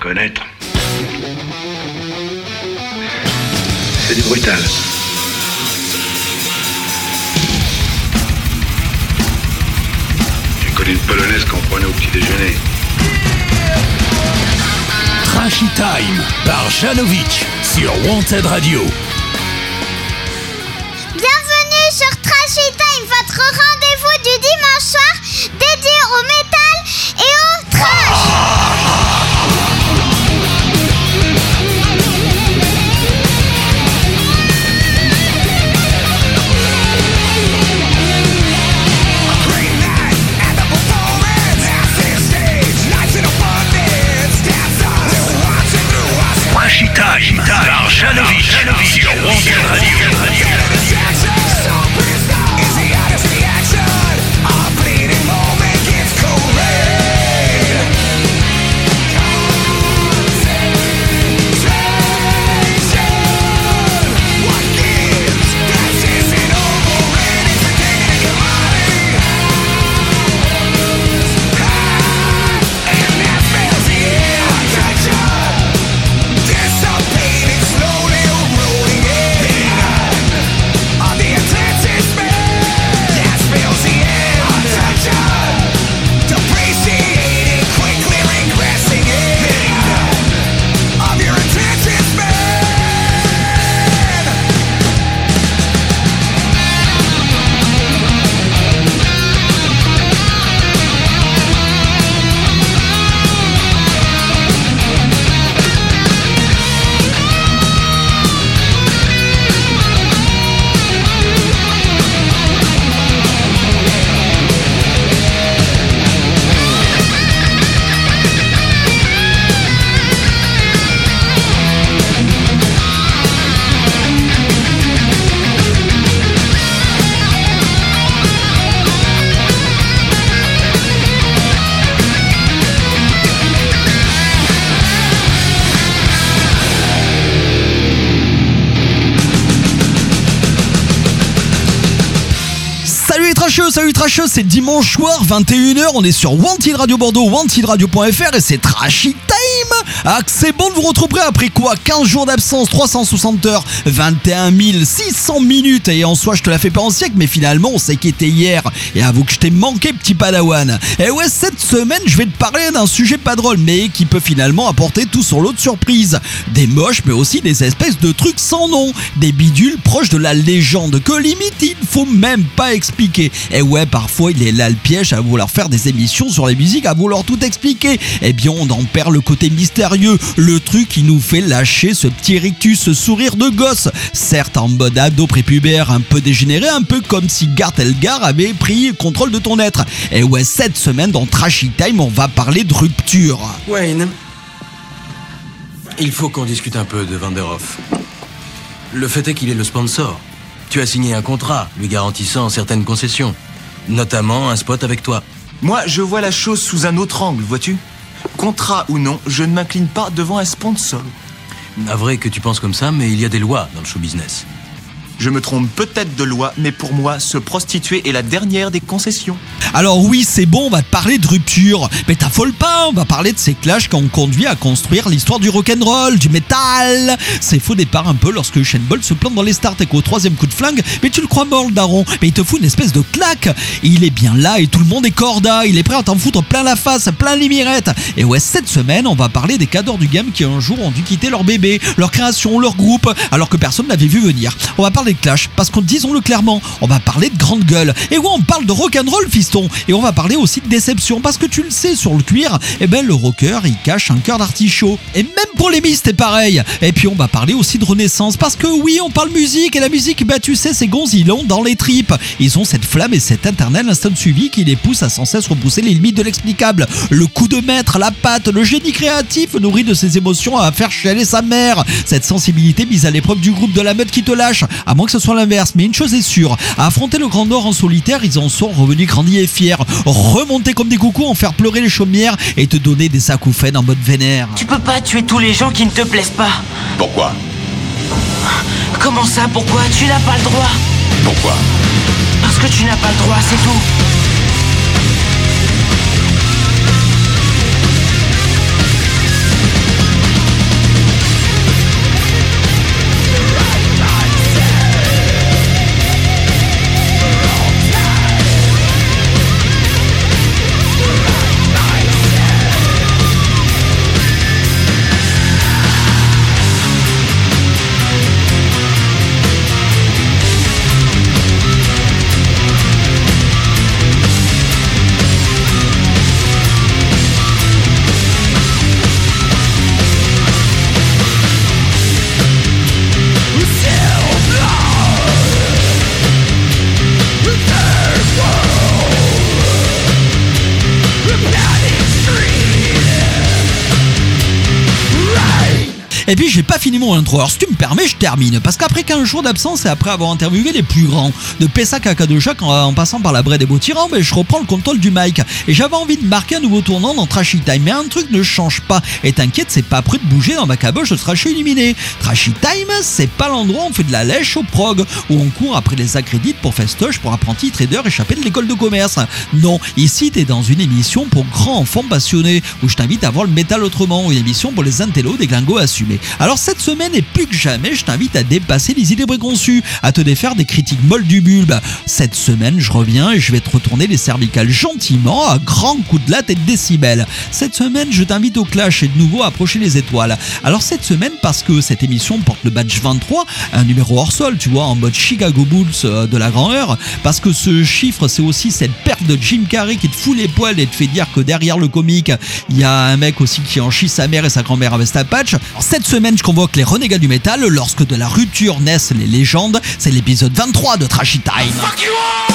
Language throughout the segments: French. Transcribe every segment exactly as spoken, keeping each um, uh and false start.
reconnaître. C'est du brutal. J'ai connu une polonaise qu'on prenait au petit déjeuner. Trashy Time par Janovic sur Wanted Radio. Bienvenue sur Trashy Time, votre rendez-vous du dimanche soir dédié au métal et au trash. Trashy Time par Janovic sur Wanted Radio. Salut Trasheux, c'est dimanche soir, vingt et une heures, on est sur Wanted Radio Bordeaux, wanted radio point f r et c'est Trashy Time. Ah, que c'est bon de vous retrouver après quoi, quinze jours d'absence, trois cent soixante heures, vingt et un mille six cents minutes. Et en soi, je te la fais pas en siècle, mais finalement, on sait qu'il était hier. Et avoue que je t'ai manqué, petit padawan. Et ouais, cette semaine, je vais te parler d'un sujet pas drôle, mais qui peut finalement apporter tout son lot de surprises. Des moches, mais aussi des espèces de trucs sans nom. Des bidules proches de la légende, que limite, il faut même pas expliquer. Et ouais, parfois, il est là le piège à vouloir faire des émissions sur les musiques, à vouloir tout expliquer. Eh bien, on en perd le côté mystérieux, le truc qui nous fait lâcher ce petit rictus, ce sourire de gosse. Certes, en mode ado prépubère, un peu dégénéré, un peu comme si Garth Elgar avait pris le contrôle de ton être. Et ouais, cette semaine, dans Trashy Time, on va parler de rupture. Wayne, il faut qu'on discute un peu de Vanderhoff. Le fait est qu'il est le sponsor. Tu as signé un contrat lui garantissant certaines concessions, notamment un spot avec toi. Moi, je vois la chose sous un autre angle, vois-tu ? Contrat ou non, je ne m'incline pas devant un sponsor. Navré que tu penses comme ça, mais il y a des lois dans le show business. Je me trompe peut-être de loi, mais pour moi, se prostituer est la dernière des concessions. Alors oui, c'est bon, on va te parler de rupture. Mais t'affole pas, on va parler de ces clashs qui ont conduit à construire l'histoire du rock'n'roll, du métal. C'est faux départ un peu lorsque Usain Bolt se plante dans les starts et qu'au troisième coup de flingue, mais tu le crois mort le daron, mais il te fout une espèce de claque. Il est bien là et tout le monde est corda, il est prêt à t'en foutre plein la face, plein les mirettes. Et ouais, cette semaine, on va parler des cadors du game qui un jour ont dû quitter leur bébé, leur création, leur groupe, alors que personne n'avait vu venir. On va parler de clash, parce qu'on disons-le clairement, on va parler de grande gueule. Et ouais, on parle de rock'n'roll, fiston. Et on va parler aussi de déception, parce que tu le sais, sur le cuir, eh ben le rocker, il cache un cœur d'artichaut. Et même pour les mistes, c'est pareil. Et puis on va parler aussi de renaissance, parce que oui, on parle musique, et la musique, bah tu sais, ces gonzes, ils l'ont dans les tripes. Ils ont cette flamme et cet éternel instinct de suivi qui les pousse à sans cesse repousser les limites de l'explicable. Le coup de maître, la patte, le génie créatif nourri de ses émotions à faire chialer sa mère. Cette sensibilité mise à l'épreuve du groupe de la meute qui te lâche, à moins que ce soit l'inverse. Mais une chose est sûre, à affronter le Grand Nord en solitaire, ils en sont revenus grandis et fiers, remonter comme des coucous, en faire pleurer les chaumières et te donner des acouphènes en mode vénère. Tu peux pas tuer tous les gens qui ne te plaisent pas. Pourquoi ? Comment ça, pourquoi ? Tu n'as pas le droit. Pourquoi ? Parce que tu n'as pas le droit, c'est tout. Et puis j'ai pas fini mon intro, alors si tu me permets je termine, parce qu'après quinze jours d'absence et après avoir interviewé les plus grands, de Pessac à Kadoshak en, en passant par la Braie des Beaux-Tyrans, ben, je reprends le contrôle du mic, et j'avais envie de marquer un nouveau tournant dans Trashy Time, mais un truc ne change pas, et t'inquiète c'est pas prêt de bouger dans ma caboche de Trashy illuminé. Trashy Time c'est pas l'endroit où on fait de la lèche au prog, où on court après les accrédits pour festoche pour apprentis traders échappés de l'école de commerce. Non, ici t'es dans une émission pour grands enfants passionnés, où je t'invite à voir le métal autrement, une émission pour les intellos des glingos assumés. Alors cette semaine et plus que jamais, je t'invite à dépasser les idées préconçues, à te défaire des critiques molles du bulbe. Cette semaine, je reviens et je vais te retourner les cervicales gentiment à grands coups de latte et de décibels. Cette semaine, je t'invite au clash et de nouveau à approcher les étoiles. Alors cette semaine, parce que cette émission porte le badge vingt-trois, un numéro hors sol, tu vois, en mode Chicago Bulls de la grandeur, parce que ce chiffre, c'est aussi cette perte de Jim Carrey qui te fout les poils et te fait dire que derrière le comique, il y a un mec aussi qui en chie sa mère et sa grand-mère avec sa patch. Alors, cette semaine, je convoque les renégats du métal. Lorsque de la rupture naissent les légendes, c'est l'épisode vingt-trois de Trashy Time. Fuck you all!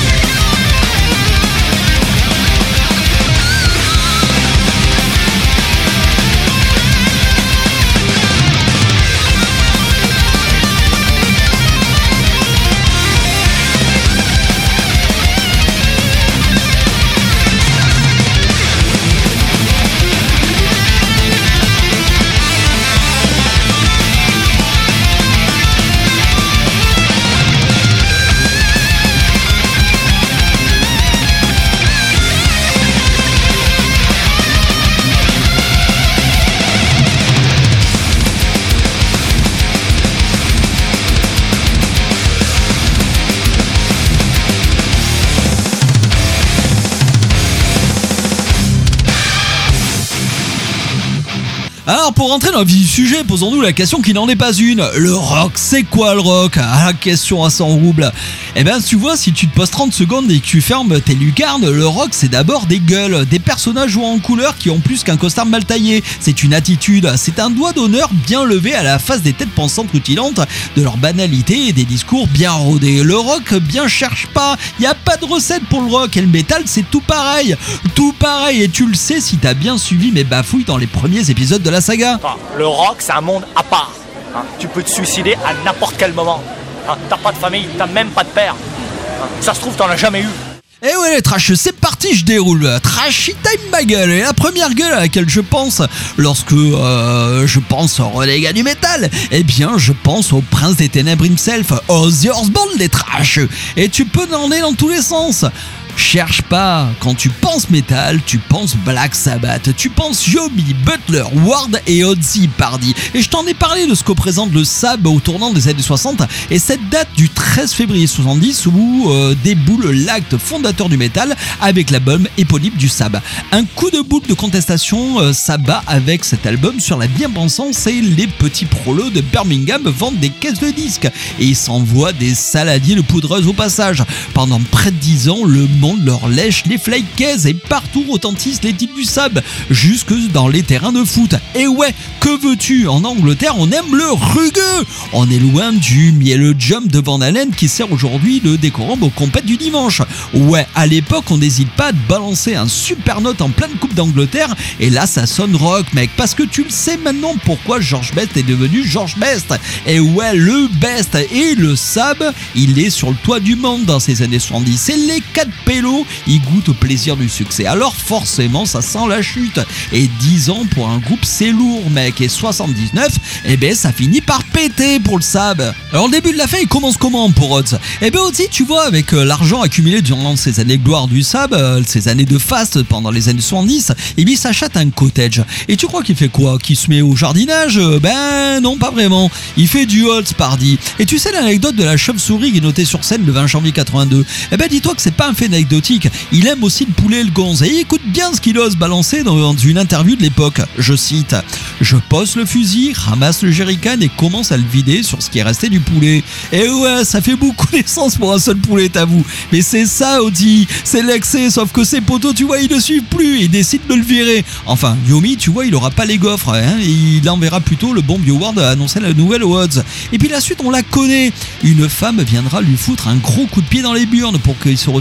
Alors pour rentrer dans le vif du sujet, posons-nous la question qui n'en est pas une. Le rock, c'est quoi le rock? Ah, la question à cent roubles. Eh ben tu vois, si tu te poses trente secondes et que tu fermes tes lucarnes, le rock c'est d'abord des gueules, des personnages jouant en couleur qui ont plus qu'un costard mal taillé. C'est une attitude, c'est un doigt d'honneur bien levé à la face des têtes pensantes rutilantes, de leur banalité et des discours bien rodés. Le rock bien cherche pas, y a pas de recette pour le rock, et le métal c'est tout pareil. Tout pareil, et tu le sais si t'as bien suivi mes bafouilles dans les premiers épisodes de la saga. Enfin, le rock c'est un monde à part, hein. Tu peux te suicider à n'importe quel moment, hein. T'as pas de famille, t'as même pas de père, hein. Ça se trouve t'en as jamais eu. Et ouais les trash, c'est parti, je déroule. Trashy Time ma gueule. Et la première gueule à laquelle je pense lorsque euh, je pense au renégat du métal, eh bien je pense au prince des ténèbres himself, Ozzy Osbourne des trash. Et tu peux en aller dans tous les sens. Cherche pas, quand tu penses métal, tu penses Black Sabbath, tu penses Yomi, Butler, Ward et Ozzy Pardy. Et je t'en ai parlé de ce que représente le S A B au tournant des années soixante et cette date du treize février soixante-dix où euh, déboule l'acte fondateur du métal avec l'album éponyme du S A B. Un coup de boule de contestation euh, s'abat avec cet album sur la bien-pensance et les petits prolos de Birmingham vendent des caisses de disques et ils s'envoient des saladiers de poudreuse au passage. Pendant près de dix ans, le monde leur lèche les flycases et partout retentissent les titres du S A B, jusque dans les terrains de foot. Et ouais, que veux-tu, en Angleterre on aime le rugueux. On est loin du mielleux jump de Van Halen qui sert aujourd'hui le décorum aux compètes du dimanche. Ouais, à l'époque on n'hésite pas à te balancer un super note en pleine coupe d'Angleterre et là ça sonne rock mec, parce que tu le sais maintenant pourquoi George Best est devenu George Best. Et ouais, le best et le S A B, il est sur le toit du monde dans ces années soixante-dix. Et les quatre pélos, ils goûtent au plaisir du succès. Alors forcément, ça sent la chute. Et dix ans pour un groupe, c'est lourd, mec. Et soixante-dix-neuf, eh ben, ça finit par péter pour le S A B. Alors, le début de la fin, il commence comment pour Ozzy? Eh ben, Ozzy, tu vois, avec euh, l'argent accumulé durant ces années de gloire du S A B, euh, ces années de fast pendant les années soixante-dix, eh bien, il s'achète un cottage. Et tu crois qu'il fait quoi? Qu'il se met au jardinage? Ben, non, pas vraiment. Il fait du Holtz Pardy. Et tu sais l'anecdote de la chauve-souris qui est notée sur scène le vingt janvier quatre-vingt-deux? Eh ben, dis-toi que c'est pas un fait anecdotique. Il aime aussi le poulet et le gonze. Et écoute bien ce qu'il ose balancer dans une interview de l'époque. Je cite: je pose le fusil, ramasse le jerrycan et commence à le vider sur ce qui est resté du poulet. Et ouais, ça fait beaucoup d'essence pour un seul poulet, t'avoue. Mais c'est ça, Ozzy. C'est l'excès, sauf que ses potos, tu vois, ils ne suivent plus et ils décident de le virer. Enfin, Yomi, tu vois, il aura pas les gaufres, hein, et il enverra plutôt le bon Bioward à annoncer la nouvelle aux odds. Et puis la suite, on la connaît. Une femme viendra lui foutre un gros coup de pied dans les burnes pour qu'il se ressaisisse le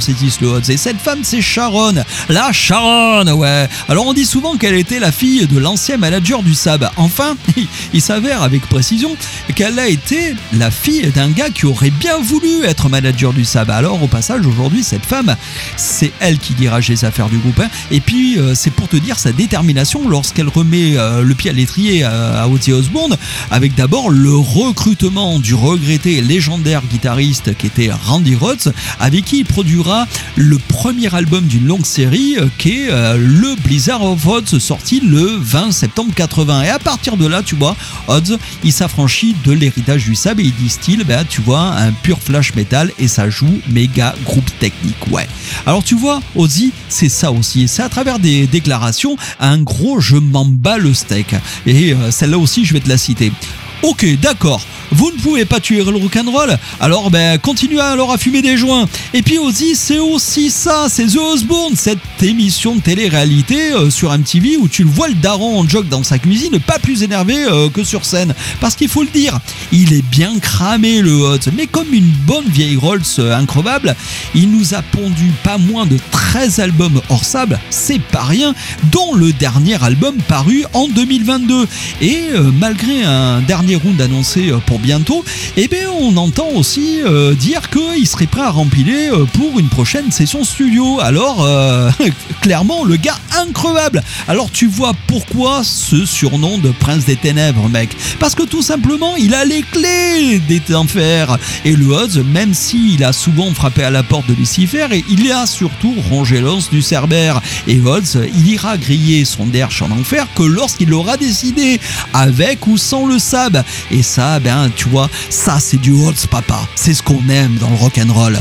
Odds. Et cette femme, c'est Sharon. La Sharon, ouais. Alors on dit souvent qu'elle était la fille de l'ancien manager du S A B. Enfin, il s'avère avec précision qu'elle a été la fille d'un gars qui aurait bien voulu être manager du S A B. Alors au passage, aujourd'hui, cette femme, c'est elle qui dirige les affaires du groupe. Hein. Et puis, euh, c'est pour te dire sa détermination lorsqu'elle remet euh, le pied à l'étrier à, à Ozzy Osbourne, avec d'abord le recrutement du regretté et légendaire guitariste qui était Randy Rhoads, avec qui il produira le premier album d'une longue série euh, qui est euh, le Blizzard of Odds, sorti le vingt septembre quatre-vingts. Et à partir de là, tu vois, Odds, il s'affranchit de l'héritage du S A B et il distille, ben, tu vois, un pur flash metal et ça joue méga groupe technique, ouais. Alors tu vois, Ozzy, c'est ça aussi, c'est à travers des déclarations, un gros je m'en bats le steak. Et euh, celle-là aussi, je vais te la citer. Ok, d'accord, vous ne pouvez pas tuer le rock'n'roll, alors ben continuez alors à fumer des joints. Et puis Ozzy, c'est aussi ça, c'est The Osbourne, cette émission de télé-réalité euh, sur M T V où tu le vois le daron en jog dans sa cuisine, pas plus énervé euh, que sur scène. Parce qu'il faut le dire, il est bien cramé le Hot, mais comme une bonne vieille Rolls euh, increvable, il nous a pondu pas moins de treize albums hors sable, c'est pas rien, dont le dernier album paru en deux mille vingt-deux. Et euh, malgré un dernier round annoncé pour bientôt, et eh bien on entend aussi euh, dire qu'il serait prêt à rempiler euh, pour une prochaine session studio. Alors euh, clairement le gars increvable. Alors tu vois pourquoi ce surnom de Prince des Ténèbres, mec, parce que tout simplement il a les clés des enfers. Et le Odds, même s'il a souvent frappé à la porte de Lucifer, et il a surtout rongé l'os du Cerbère. Et Odds, il ira griller son derche en enfer que lorsqu'il aura décidé, avec ou sans le S A B. Et ça, ben, tu vois, ça c'est du Odds, papa. C'est ce qu'on aime dans le rock'n'roll.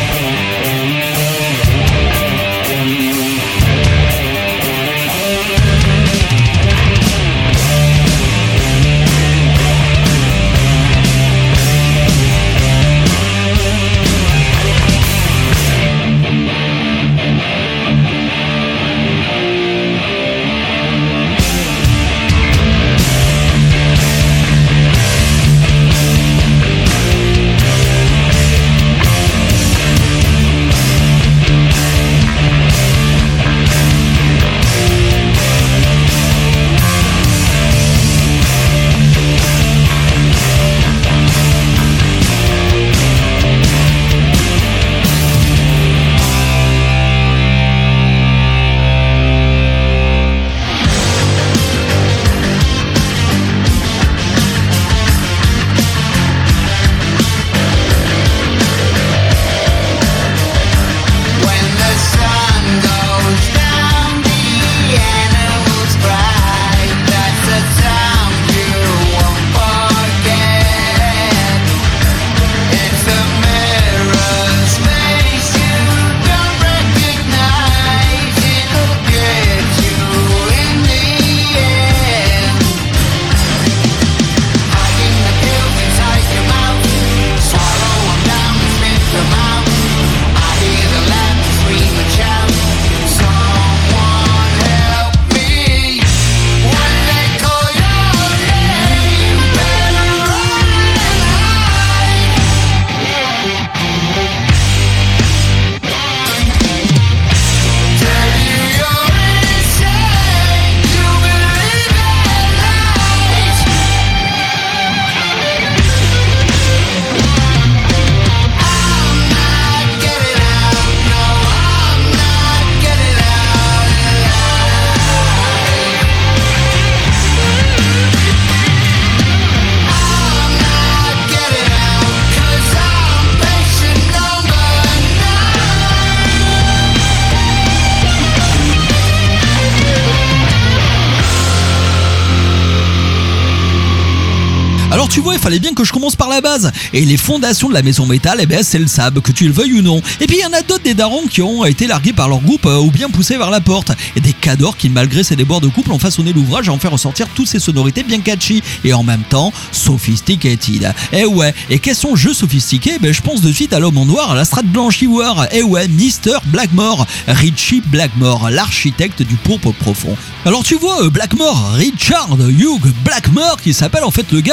Alors tu vois, il fallait bien que je commence par la base. Et les fondations de la maison métal, eh ben c'est le S A B, que tu le veuilles ou non. Et puis il y en a d'autres des darons qui ont été largués par leur groupe euh, ou bien poussés vers la porte. Et des cadors qui, malgré ces déboires de couple, ont façonné l'ouvrage à en faire ressortir toutes ces sonorités bien catchy et en même temps sophisticated. Et ouais, et question jeu sophistiqué, ben je pense de suite à l'homme en noir, à la strate blanchie-voir. Et ouais, Mister Blackmore, Richie Blackmore, l'architecte du pourpre profond. Alors tu vois, euh, Blackmore, Richard Hugh Blackmore, qui s'appelle en fait le gars, eh ben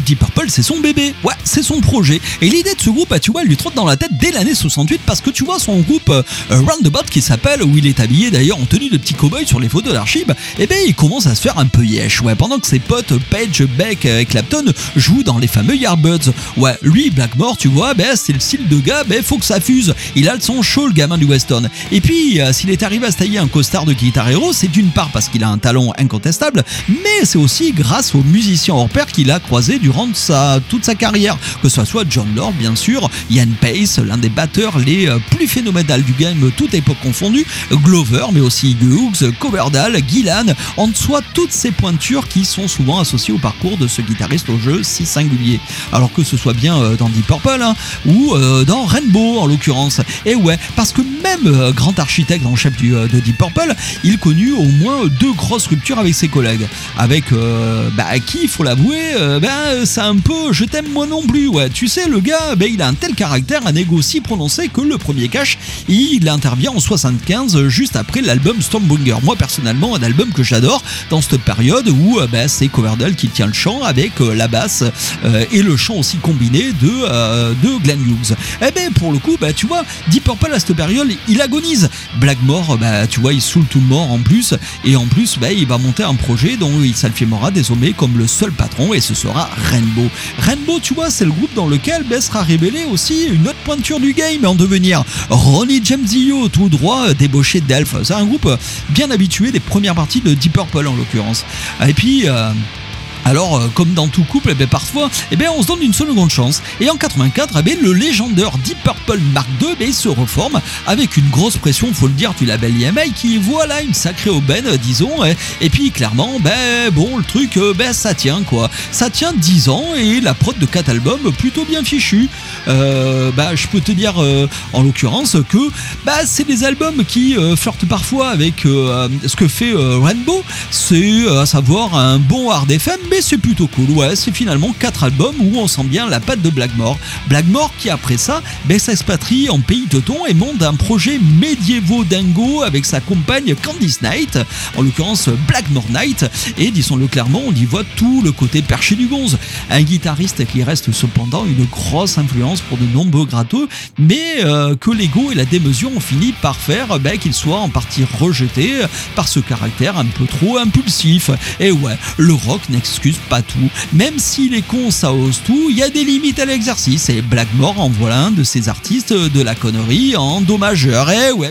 Deep Purple, c'est son bébé. Ouais, c'est son projet. Et l'idée de ce groupe, bah, tu vois, elle lui trotte dans la tête dès l'année soixante-huit parce que tu vois, son groupe euh, Roundabout qui s'appelle, où il est habillé d'ailleurs en tenue de petit cow-boy sur les photos d'archives, et ben il commence à se faire un peu yesh. Ouais, pendant que ses potes Page, Beck et Clapton jouent dans les fameux Yardbirds. Ouais, lui, Blackmore, tu vois, ben c'est le style de gars, ben faut que ça fuse. Il a le son chaud, le gamin du Weston. Et puis, euh, s'il est arrivé à se tailler un costard de Guitar Hero, c'est d'une part parce qu'il a un talent incontestable, mais c'est aussi grâce aux musiciens hors pair qu'il a croisés durant sa, toute sa carrière, que ce soit John Lord, bien sûr, Ian Pace, l'un des batteurs les euh, plus phénoménales du game, toute époque confondue, Glover, mais aussi Hughes, Coverdale, Gillan, en soi toutes ces pointures qui sont souvent associées au parcours de ce guitariste au jeu si singulier. Alors que ce soit bien euh, dans Deep Purple hein, ou euh, dans Rainbow en l'occurrence. Et ouais, parce que même euh, grand architecte en chef du, euh, de Deep Purple, il connut au moins deux grosses ruptures avec ses collègues. Avec euh, bah, qui, il faut l'avouer, euh, bah, c'est un peu je t'aime moi non plus. Ouais, tu sais, le gars, bah, il a un tel caractère, un égo si prononcé que le premier cache, il intervient en soixante-quinze, juste après l'album Stormbringer. Moi, personnellement, un album que j'adore dans cette période où euh, bah, c'est Coverdale qui tient le chant avec euh, la basse euh, et le chant aussi combiné de, euh, de Glenn Hughes. Eh ben, pour le coup, bah, tu vois, Deep Purple à cette période, il agonise. Blackmore, bah, tu vois, il saoule tout le monde en plus, et en plus, bah, il va monter un projet dont il s'affirmera désormais comme le seul patron, et ce sera Rainbow. Rainbow, tu vois, c'est le groupe dans lequel bah, sera révélé aussi une autre pointure du game en devenir Ronnie James Dio, tout droit débauché d'Elf. C'est un groupe bien habitué des premières parties de Deep Purple en l'occurrence. Et puis... Euh Alors, euh, comme dans tout couple, eh bien, parfois, eh bien, on se donne une seconde chance. Et en quatre-vingt-quatre, eh bien, le légendaire Deep Purple Mark deux eh bien, se reforme avec une grosse pression, faut le dire, du label E M I qui voit là une sacrée aubaine, disons. Et, et puis, clairement, ben, bon, le truc, euh, ben, ça tient, quoi. Ça tient dix ans et la prod de quatre albums plutôt bien fichus. Euh, bah, je peux te dire, euh, en l'occurrence, que bah, c'est des albums qui euh, flirtent parfois avec euh, ce que fait euh, Rainbow. C'est euh, à savoir un bon hard F M, mais c'est plutôt cool. Ouais, c'est finalement quatre albums où on sent bien la patte de Blackmore. Blackmore qui après ça ben, s'expatrie en pays teuton et monte un projet médiévaux dingo avec sa compagne Candice Night, en l'occurrence Blackmore Night, et disons-le clairement, on y voit tout le côté perché du gonze. Un guitariste qui reste cependant une grosse influence pour de nombreux gratteux, mais euh, que l'ego et la démesure ont fini par faire ben, qu'il soit en partie rejeté par ce caractère un peu trop impulsif. Et ouais, le rock n'excuse pas tout. Même si les cons ça ose tout, il y a des limites à l'exercice. Et Blackmore en voilà un de ces artistes de la connerie en do majeur. Et ouais.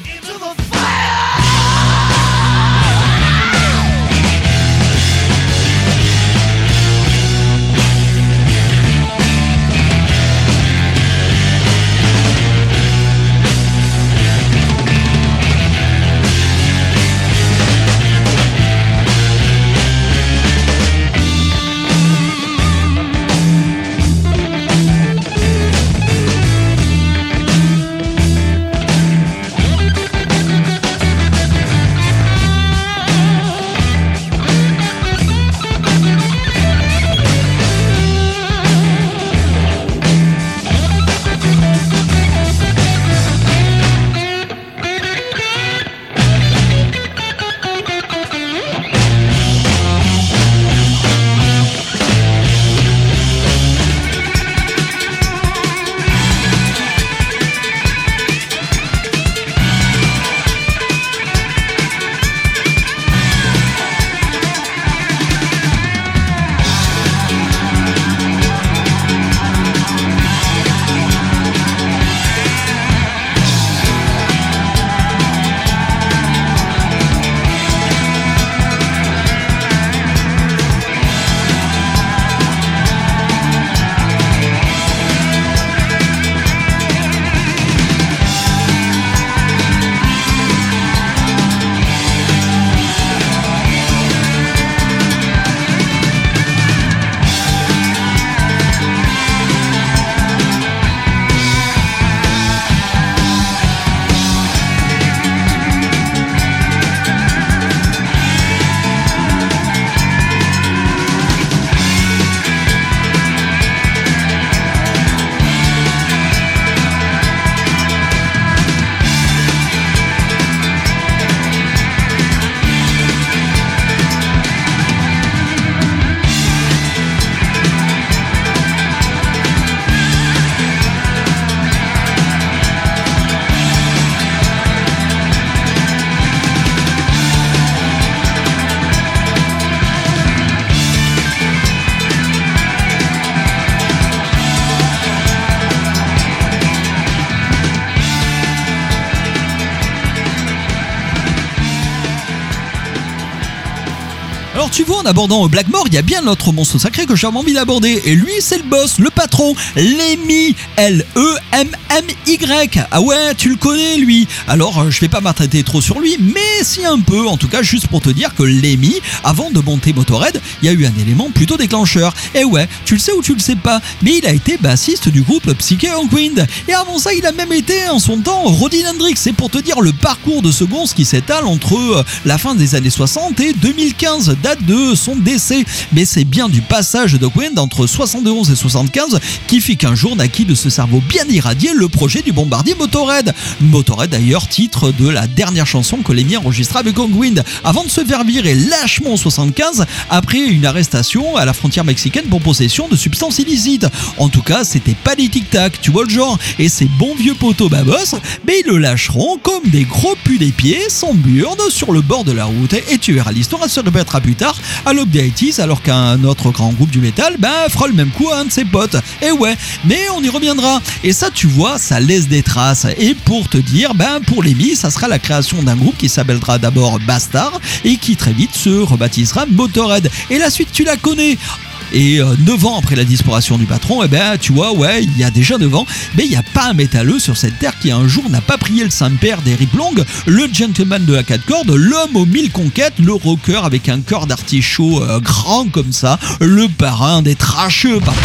Alors tu vois, en abordant Blackmore, il y a bien l'autre monstre sacré que j'avais envie d'aborder. Et lui, c'est le boss, le patron, Lemmy, L E M M Y. Ah ouais, tu le connais lui. Alors je vais pas m'attarder trop sur lui, mais si un peu. En tout cas, juste pour te dire que Lemmy, avant de monter Motorhead, il y a eu un élément plutôt déclencheur. Et ouais, tu le sais ou tu le sais pas, mais il a été bassiste du groupe Psyche Wind. Et avant ça, il a même été en son temps Roddy Hendrix. C'est pour te dire le parcours de ce gonze qui s'étale entre la fin des années soixante et deux mille quinze, date de son décès. Mais c'est bien du passage de Wind entre soixante et onze et soixante-quinze qui fit qu'un jour naquit de ce cerveau bien irradié le projet du bombardier Motorhead. Motorhead d'ailleurs, titre de la dernière chanson que Lemmy enregistra avec Wind, avant de se faire virer lâchement en soixante-quinze après une arrestation à la frontière mexicaine pour possession de substances illicites. En tout cas, c'était pas des tic-tac, tu vois le genre. Et ces bons vieux poteaux babos, mais ils le lâcheront comme des gros pus des pieds sans burde sur le bord de la route. Et tu verras, l'histoire elle se répétera plus tard à l'aube des eighties, alors qu'un autre grand groupe du métal ben, fera le même coup à un de ses potes. Et ouais, mais on y reviendra. Et ça, tu vois, ça laisse des traces. Et pour te dire, ben pour Lemmy, ça sera la création d'un groupe qui s'appellera d'abord Bastard et qui très vite se rebaptisera Motorhead. Et la suite, tu la connais. Et euh, neuf ans après la disparition du patron, eh ben tu vois, ouais, il y a déjà neuf ans, mais il n'y a pas un métalleux sur cette terre qui un jour n'a pas prié le Saint-Père d'Eric Long, le gentleman de la quatre cordes, l'homme aux mille conquêtes, le rocker avec un cœur d'artichaut euh, grand comme ça, le parrain des trasheux, papa.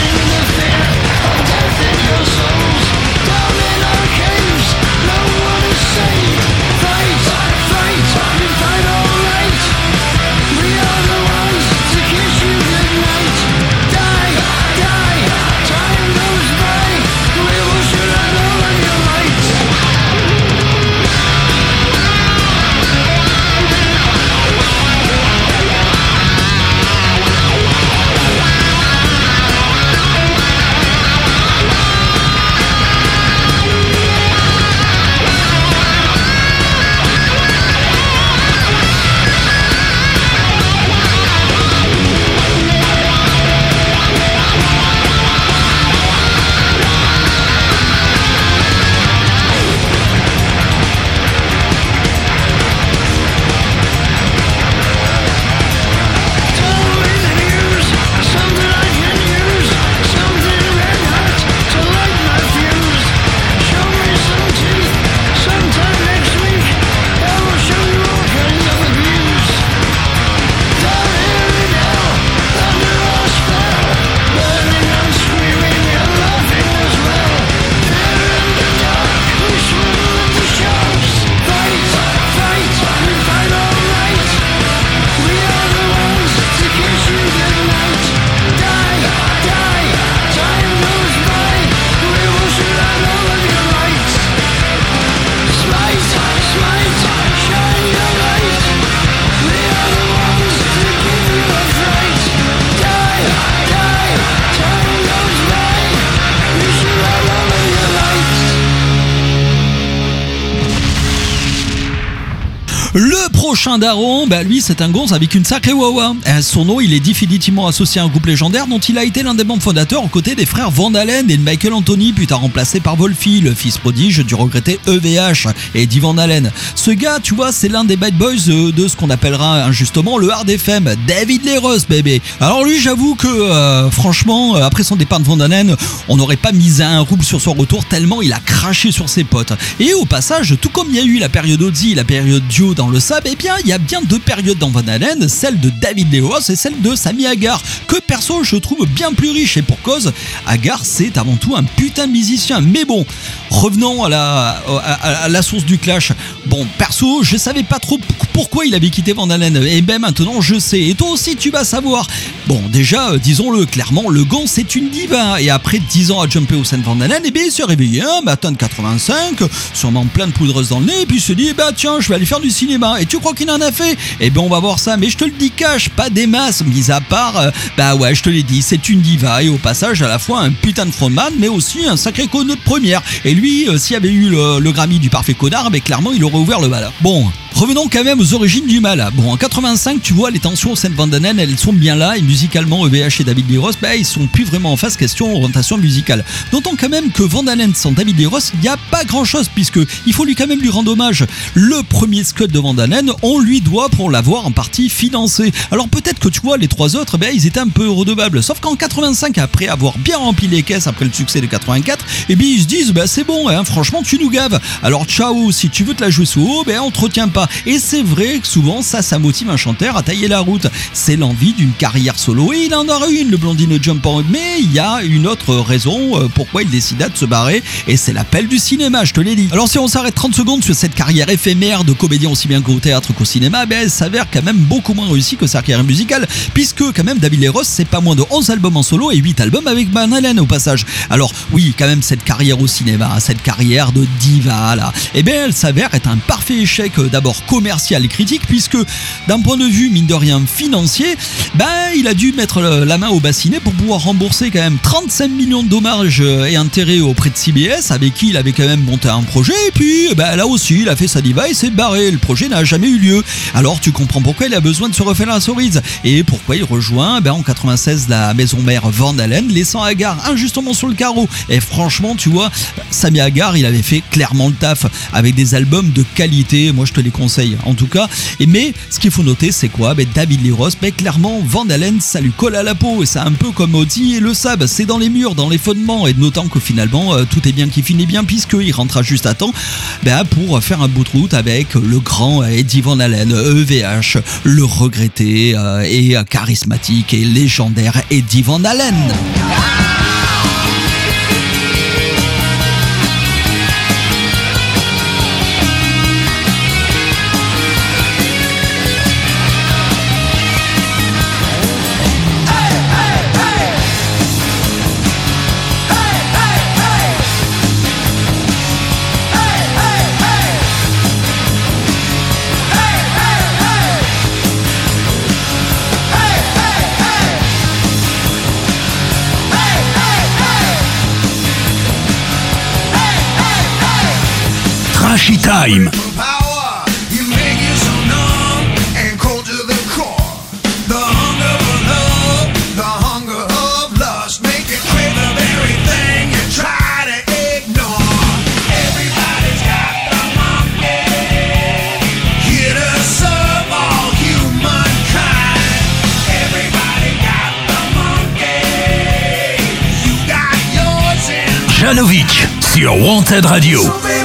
Le prochain daron, bah lui c'est un gonze avec une sacrée wawa. Son nom il est définitivement associé à un groupe légendaire dont il a été l'un des membres fondateurs aux côtés des frères Van Halen et de Michael Anthony, plus tard remplacé par Wolfie, le fils prodige du regretté E V H et Eddie Van Halen. Ce gars, tu vois, c'est l'un des bad boys de ce qu'on appellera injustement le hard F M, David Lee Roth, bébé. Alors lui, j'avoue que euh, franchement, après son départ de Van Halen, on n'aurait pas mis un rouble sur son retour tellement il a craché sur ses potes. Et au passage, tout comme il y a eu la période Ozzy, la période Dio dans le Sab, eh bien il y a bien deux périodes dans Van Halen, celle de David Lee Roth et celle de Sammy Hagar, que perso je trouve bien plus riche, et pour cause, Hagar c'est avant tout un putain de musicien. Mais bon, revenons à la, à, à la source du clash. Bon, perso, je savais pas trop pourquoi il avait quitté Van Halen, et ben maintenant je sais, et toi aussi tu vas savoir. Bon, déjà, disons-le clairement, le gant c'est une diva, et après dix ans à jumper au sein de Van Halen, et bien il s'est réveillé un matin de quatre-vingt-cinq, sûrement plein de poudreuse dans le nez, et puis il se dit, bah tiens, je vais aller faire du cinéma. Et tu crois qu'il en a fait? Eh ben on va voir ça, mais je te le dis cash, pas des masses, mis à part, euh, bah ouais, je te l'ai dit, c'est une diva, et au passage à la fois un putain de frontman, mais aussi un sacré conneux de première. Et lui, euh, s'il y avait eu le, le Grammy du parfait connard, mais clairement il aurait ouvert le bal. Bon, revenons quand même aux origines du mal. Bon, en quatre-vingt-cinq, tu vois, les tensions au sein de Van Halen, elles sont bien là, et musicalement, E V H et David Lee Roth, bah, ils sont plus vraiment en phase question orientation musicale. D'autant quand même que Van Halen sans David Lee Roth, il n'y a pas grand chose, puisque il faut lui quand même lui rendre hommage. Le premier Scud de Van Halen, on lui doit pour l'avoir en partie financé. Alors peut-être que tu vois, les trois autres, bah, ils étaient un peu redevables. Sauf qu'en quatre-vingt-cinq, après avoir bien rempli les caisses après le succès de quatre-vingt-quatre, et bien ils se disent, bah, c'est bon, hein, franchement, tu nous gaves. Alors ciao, si tu veux te la jouer sous haut, ben on te retient pas. Et c'est vrai que souvent ça, ça motive un chanteur à tailler la route. C'est l'envie d'une carrière solo et il en aura une, le Blondino Jumper. Mais il y a une autre raison pourquoi il décida de se barrer et c'est l'appel du cinéma, je te l'ai dit. Alors si on s'arrête trente secondes sur cette carrière éphémère de comédien aussi bien qu'au théâtre qu'au cinéma, ben elle s'avère quand même beaucoup moins réussie que sa carrière musicale, puisque quand même David Lee Roth c'est pas moins de onze albums en solo et huit albums avec Van Halen au passage. Alors oui, quand même cette carrière au cinéma, cette carrière de diva là, et bien elle s'avère être un parfait échec d'abord commercial et critique, puisque d'un point de vue mine de rien financier, ben il a dû mettre la main au bassinet pour pouvoir rembourser quand même trente-cinq millions de dommages et intérêts auprès de C B S, avec qui il avait quand même monté un projet, et puis ben là aussi il a fait sa diva et s'est barré, le projet n'a jamais eu lieu. Alors tu comprends pourquoi il a besoin de se refaire la cerise et pourquoi il rejoint ben, en quatre-vingt-seize la maison mère Van Halen, laissant Hagar injustement sur le carreau. Et franchement tu vois, Sammy Hagar il avait fait clairement le taf avec des albums de qualité, moi je te les conseille en tout cas. Et mais ce qu'il faut noter c'est quoi, ben, David Lee Roth, ben, clairement Van Halen ça lui colle à la peau et c'est un peu comme Ozzy et le Sab, c'est dans les murs, dans les fondements, et notant que finalement euh, tout est bien qui finit bien puisqu'il rentrera juste à temps ben, pour faire un bout de route avec le grand Eddie Van Halen, E V H, le regretté euh, et charismatique et légendaire Eddie Van Halen. Trashy Time. Janovic sur Wanted Radio.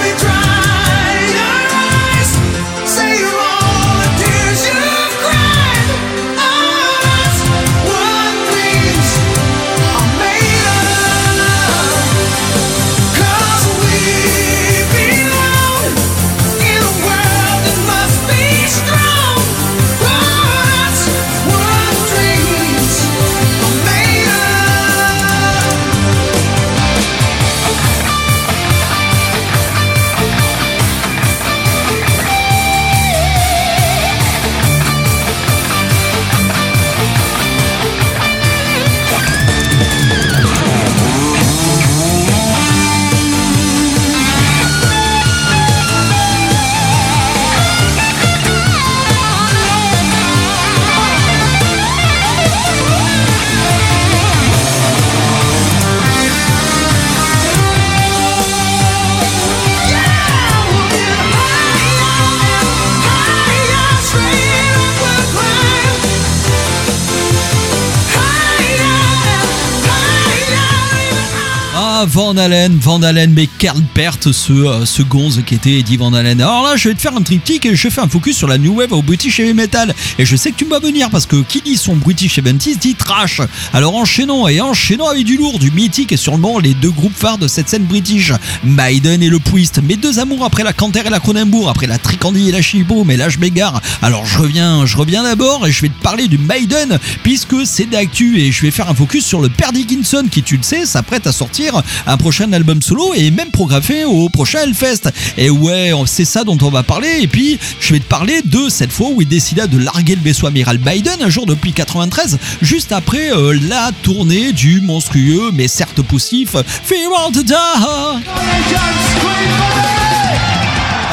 Van Halen, Van Halen, mais quelle perte ce, euh, ce gonze qui était Eddie Van Halen. Alors là, je vais te faire un triptyque et je fais un focus sur la New Wave au British Heavy Metal. Et je sais que tu me vas venir parce que qui dit son British seventies dit trash. Alors enchaînons et enchaînons avec du lourd, du mythique et sûrement les deux groupes phares de cette scène british, Maiden et le Priest. Mes deux amours après la Canter et la Cronenbourg, après la Tricandie et la Chibo, mais là je m'égare. Alors je reviens, je reviens d'abord et je vais te parler du Maiden puisque c'est d'actu et je vais faire un focus sur le père Dickinson qui, tu le sais, s'apprête à sortir un prochain album solo et même programmé au prochain Hellfest. Et ouais, c'est ça dont on va parler. Et puis je vais te parler de cette fois où il décida de larguer le vaisseau amiral Maiden un jour depuis quatre-vingt-treize, juste après euh, la tournée du monstrueux mais certes poussif Fear of the Dark.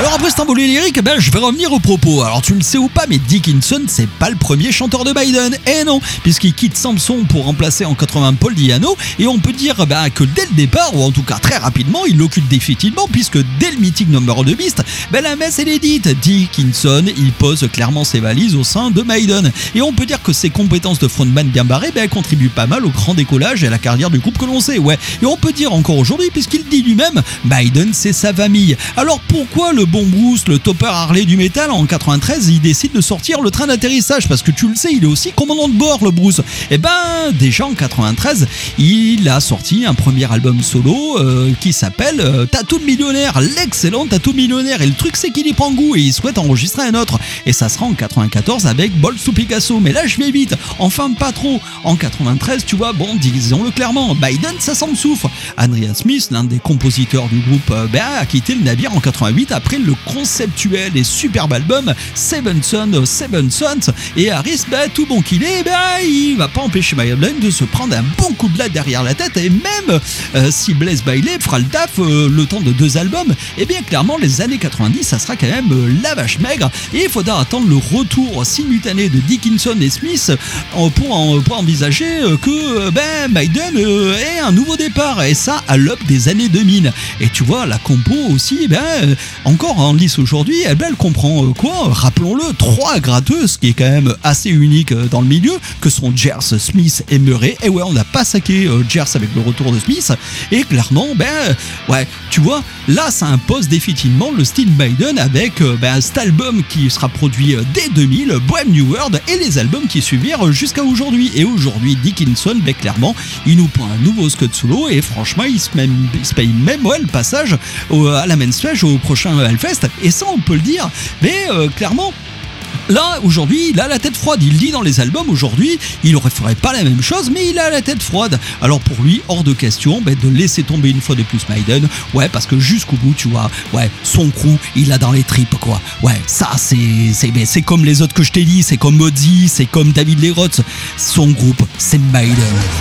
Alors après cet envolé lyrique, ben, je vais revenir au propos. Alors tu le sais ou pas, mais Dickinson, c'est pas le premier chanteur de Maiden. Eh non, puisqu'il quitte Samson pour remplacer en quatre-vingts Paul Di'Anno. Et on peut dire ben, que dès le départ, ou en tout cas très rapidement, il l'occupe définitivement, puisque dès le mythique Number of the Beast, ben, la messe elle est dite. Dickinson, il pose clairement ses valises au sein de Maiden. Et on peut dire que ses compétences de frontman bien barrées ben, contribuent pas mal au grand décollage et à la carrière du groupe que l'on sait. Ouais. Et on peut dire encore aujourd'hui, puisqu'il dit lui-même, Maiden c'est sa famille. Alors pourquoi le bon Bruce, le topper Harley du métal, en quatre-vingt-treize, il décide de sortir le train d'atterrissage? Parce que tu le sais, il est aussi commandant de bord, le Bruce. Et ben, déjà en quatre-vingt-treize, il a sorti un premier album solo euh, qui s'appelle euh, Tattoo de millionnaire, l'excellent Tattoo de millionnaire. Et le truc, c'est qu'il y prend goût et il souhaite enregistrer un autre. Et ça sera en quatre-vingt-quatorze avec Balls to Picasso. Mais là, je vais vite. Enfin, pas trop. En quatre-vingt-treize, tu vois, bon, disons-le clairement, Maiden, ça s'en souffre. Andrea Smith, l'un des compositeurs du groupe, euh, ben, a quitté le navire en quatre-vingt-huit après le conceptuel et superbe album Seven Sons of Seven Sons. Et Harris, ben, tout bon qu'il est, ben, il va pas empêcher Maiden de se prendre un bon coup de latte derrière la tête. Et même euh, si Blaze Bayley fera le taf euh, le temps de deux albums, et bien clairement les années quatre-vingt-dix, ça sera quand même euh, la vache maigre. Et il faudra attendre le retour simultané de Dickinson et Smith euh, pour, en, pour envisager euh, que euh, ben, Maiden euh, ait un nouveau départ. Et ça à l'aube des années deux mille. Et tu vois, la compo aussi, ben, euh, encore en lice aujourd'hui, eh ben, elle comprend euh, quoi? Rappelons-le, trois gratteuses, qui est quand même assez unique euh, dans le milieu, que sont Gers, Smith et Murray. Et ouais, on n'a pas saqué euh, Gers avec le retour de Smith. Et clairement, ben, euh, ouais, tu vois, là, ça impose définitivement le style Maiden avec euh, ben, cet album qui sera produit euh, dès deux mille, Brave New World, et les albums qui suivirent euh, jusqu'à aujourd'hui. Et aujourd'hui, Dickinson, ben, clairement, il nous prend un nouveau Scud solo et franchement, il se, même, il se paye même ouais, le passage au, à la main stage au prochain Hellfest. Et ça, on peut le dire, mais euh, clairement, là, aujourd'hui, il a la tête froide. Il dit dans les albums, aujourd'hui, il ne ferait pas la même chose, mais il a la tête froide. Alors pour lui, hors de question ben, de laisser tomber une fois de plus Maiden. Ouais, parce que jusqu'au bout, tu vois, ouais, son crew, il a dans les tripes, quoi. Ouais, ça, c'est c'est, ben, c'est comme les autres que je t'ai dit, c'est comme Ozzy, c'est comme David Lee Roth. Son groupe, c'est Maiden.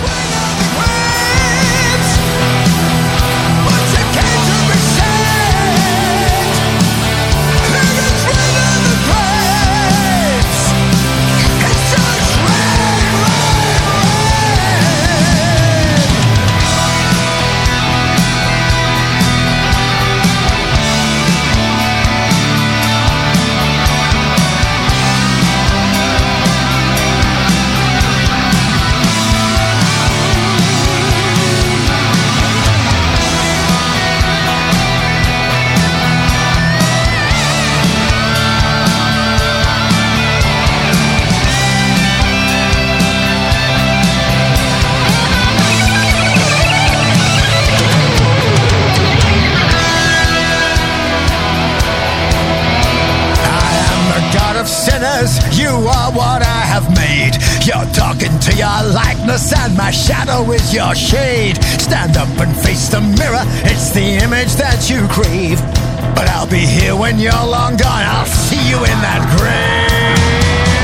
You are what I have made. You're talking to your likeness and my shadow is your shade. Stand up and face the mirror, it's the image that you crave. But I'll be here when you're long gone, I'll see you in that grave.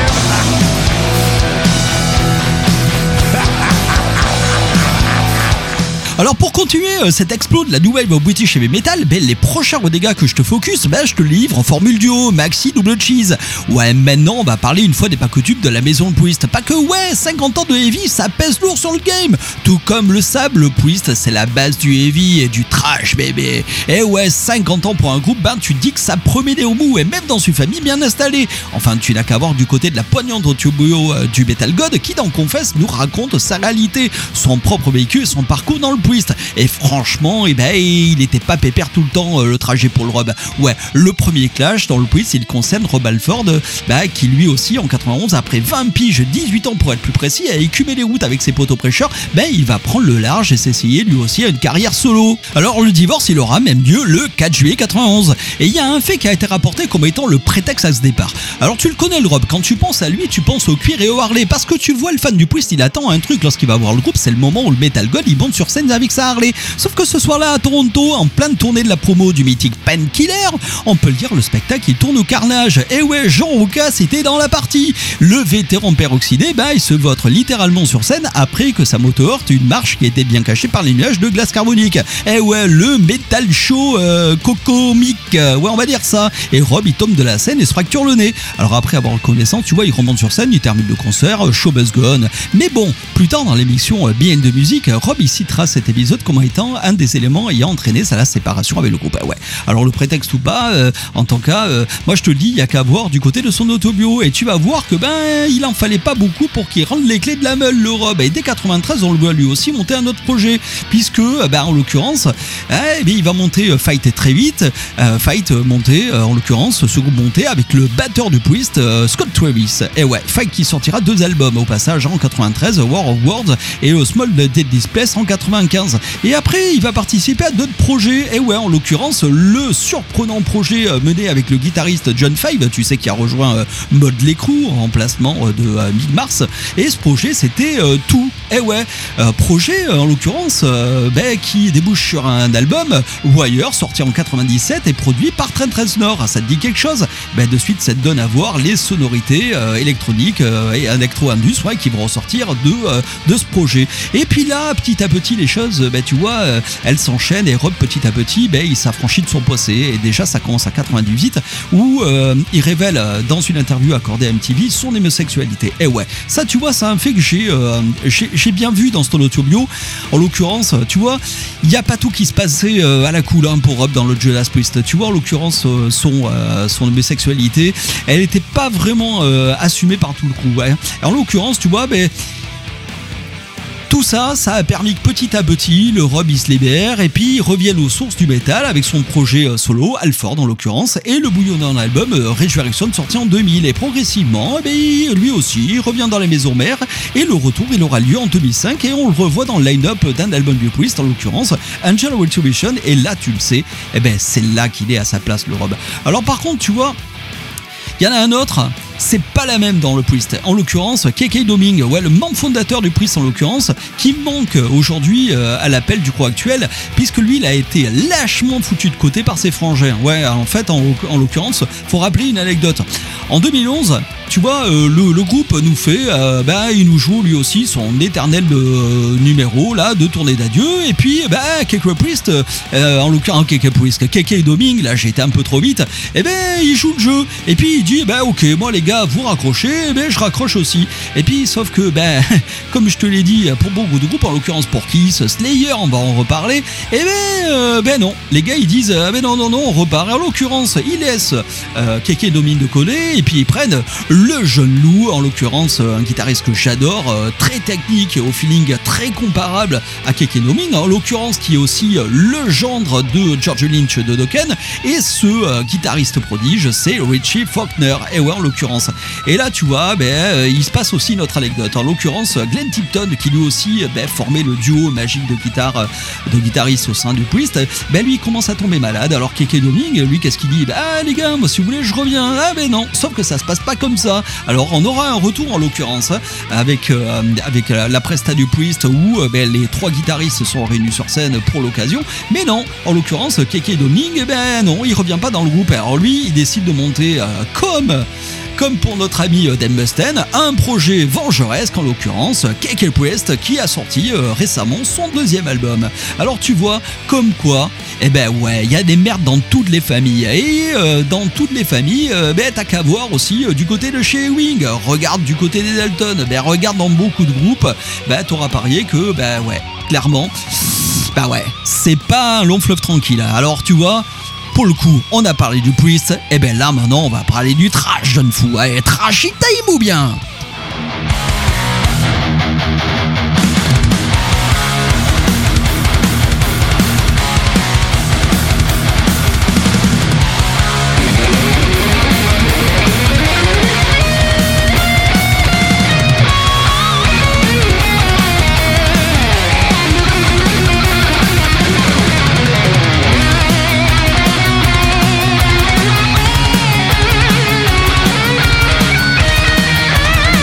Alors pour continuer euh, cet exploit de la New Wave of British Heavy Metal, ben, les prochains dégâts que je te focus, ben, je te livre en formule duo, maxi, double cheese. Ouais, maintenant on va parler une fois des pas coutumes de la maison de Priest. Pas que ouais, cinquante ans de heavy, ça pèse lourd sur le game. Tout comme le sable, le Priest c'est la base du heavy et du trash bébé. Et ouais, cinquante ans pour un groupe, ben tu te dis que ça promet des remous et même dans une famille bien installée. Enfin, tu n'as qu'à voir du côté de la poignante autobio euh, du Metal God qui dans Confess nous raconte sa réalité, son propre véhicule et son parcours dans le Priest. Et franchement, eh ben, il était pas pépère tout le temps euh, le trajet pour le Rob. Ouais, le premier clash dans le Priest, il concerne Rob Halford, bah, qui lui aussi en quatre-vingt-onze, après vingt piges, dix-huit ans pour être plus précis, a écumé les routes avec ses poteaux prêcheurs, ben il va prendre le large et s'essayer lui aussi à une carrière solo. Alors le divorce, il aura même lieu le quatre juillet quatre-vingt-onze. Et il y a un fait qui a été rapporté comme étant le prétexte à ce départ. Alors tu le connais le Rob, quand tu penses à lui, tu penses au cuir et au Harley, parce que tu vois le fan du Priest, il attend un truc lorsqu'il va voir le groupe, c'est le moment où le Metal God il monte sur scène avec sa Harley. Sauf que ce soir-là à Toronto, en pleine tournée de la promo du mythique Painkiller, on peut le dire, le spectacle il tourne au carnage. Et ouais, Jean Roucas était dans la partie. Le vétéran peroxydé, bah il se vautre littéralement sur scène après que sa moto heurte une marche qui était bien cachée par les nuages de glace carbonique. Et ouais, le Metal Show euh, cocomique, ouais on va dire ça. Et Rob il tombe de la scène et se fracture le nez. Alors après avoir reconnaissance, tu vois, il remonte sur scène, il termine le concert, show must go on. Mais bon, plus tard dans l'émission B N de musique, Rob il citera cet épisode comme étant un des éléments ayant entraîné sa séparation avec le groupe. Ouais. Alors le prétexte ou pas, euh, en tant cas, euh, moi je te le dis, il y a qu'à voir du côté de son autobio et tu vas voir que ben il en fallait pas beaucoup pour qu'il rende les clés de la meule, le Rob. Et dès quatre-vingt-treize, on le voit lui aussi monter un autre projet, puisque ben en l'occurrence, eh, ben, il va monter euh, Fight très vite, euh, Fight euh, monter euh, en l'occurrence ce groupe monté avec le batteur du Priest, euh, Scott Travis. Et ouais, Fight qui sortira deux albums au passage en quatre-vingt-treize, War of Words et euh, Small Dead Displays en quatre-vingt-quinze. Et après, il va participer à d'autres projets. Et ouais, en l'occurrence, le surprenant projet euh, mené avec le guitariste John Five, tu sais, qui a rejoint euh, Motley Crue en remplacement euh, de euh, Mick Mars. Et ce projet, c'était euh, tout. Et ouais, euh, projet euh, en l'occurrence euh, ben, qui débouche sur un album Wire, sorti en quatre-vingt-dix-sept et produit par Trent Reznor. Ça te dit quelque chose? Ben, de suite, ça te donne à voir les sonorités euh, électroniques euh, et électro-indus ouais, qui vont ressortir de, euh, de ce projet. Et puis là, petit à petit, les choses, ben, tu vois, euh, elles s'enchaînent et Rob, petit à petit, ben, il s'affranchit de son passé. Et déjà, ça commence à quatre-vingt-dix-huit où euh, il révèle euh, dans une interview accordée à M T V son homosexualité. Et ouais, ça, tu vois, c'est un fait que j'ai, euh, j'ai, j'ai bien vu dans son autobio. En l'occurrence, tu vois, il n'y a pas tout qui se passait euh, à la cool hein, pour Rob dans le Judas Priest. Tu vois, en l'occurrence, euh, son, euh, son homosexualité, elle n'était pas vraiment euh, assumée par tout le crew. Ouais. En l'occurrence, tu vois, ben. Tout ça, ça a permis que petit à petit, le Rob il se libère et puis il revienne aux sources du métal avec son projet solo, Halford en l'occurrence, et le bouillonnant album Resurrection sorti en deux mille. Et progressivement, eh bien, lui aussi il revient dans les maisons mères et le retour il aura lieu en deux mille cinq et on le revoit dans le line-up d'un album du Priest, en l'occurrence Angel of Retribution. Et là, tu le sais, eh ben, c'est là qu'il est à sa place, le Rob. Alors par contre, tu vois, il y en a un autre, c'est pas la même dans le Priest. En l'occurrence, K K Doming, ouais, le membre fondateur du Priest en l'occurrence, qui manque aujourd'hui euh, à l'appel du crew actuel, puisque lui, il a été lâchement foutu de côté par ses frangins. Ouais, en fait, en, en l'occurrence, faut rappeler une anecdote. En deux mille onze, tu vois, euh, le, le groupe nous fait, euh, bah, il nous joue lui aussi son éternel euh, numéro là de tournée d'adieu. Et puis, bah, K K Priest, euh, en l'occurrence, K K Priest, K K Doming, là, j'ai été un peu trop vite. Et ben, il joue le jeu. Et puis il dit, bah, ok, moi les gars, vous raccrochez, ben je raccroche aussi. Et puis, sauf que, ben, comme je te l'ai dit, pour beaucoup de groupes, en l'occurrence pour Kiss, Slayer, on va en reparler. Et ben, euh, ben non, les gars ils disent, euh, ben non, non, non, on repart. Et en l'occurrence, ils laissent euh, K K Doming de coller et puis ils prennent le jeune loup, en l'occurrence un guitariste que j'adore, euh, très technique, au feeling très comparable à K K Doming, en l'occurrence qui est aussi le gendre de George Lynch de Dokken. Et ce euh, guitariste prodige, c'est Richie Faulkner. Et ouais, en l'occurrence. Et là, tu vois, ben, euh, il se passe aussi notre anecdote. En l'occurrence, Glenn Tipton, qui lui aussi ben, formait le duo magique de guitare, euh, de guitaristes au sein du Priest, ben, lui, il commence à tomber malade. Alors K K Doming, lui, qu'est-ce qu'il dit? Ben, ah, les gars, moi, si vous voulez, je reviens. Ah, ben non, sauf que ça se passe pas comme ça. Alors, on aura un retour, en l'occurrence, avec, euh, avec la, la presta du Priest, où euh, ben, les trois guitaristes sont réunis sur scène pour l'occasion. Mais non, en l'occurrence, K K Doming, ben non, il revient pas dans le groupe. Alors lui, il décide de monter euh, comme... Comme pour notre ami Dave Mustaine, un projet vengeresque en l'occurrence, K K Priest, qui a sorti euh, récemment son deuxième album. Alors tu vois, comme quoi, eh ben ouais, il y a des merdes dans toutes les familles. Et euh, dans toutes les familles, euh, ben t'as qu'à voir aussi euh, du côté de chez Wing. Regarde du côté des Dalton, ben regarde dans beaucoup de groupes, ben t'auras parié que, ben ouais, clairement, ben ouais, c'est pas un long fleuve tranquille. Alors tu vois, pour le coup, on a parlé du Priest, et ben là maintenant on va parler du trash, jeune fou. Allez, trashy time ou bien? Thank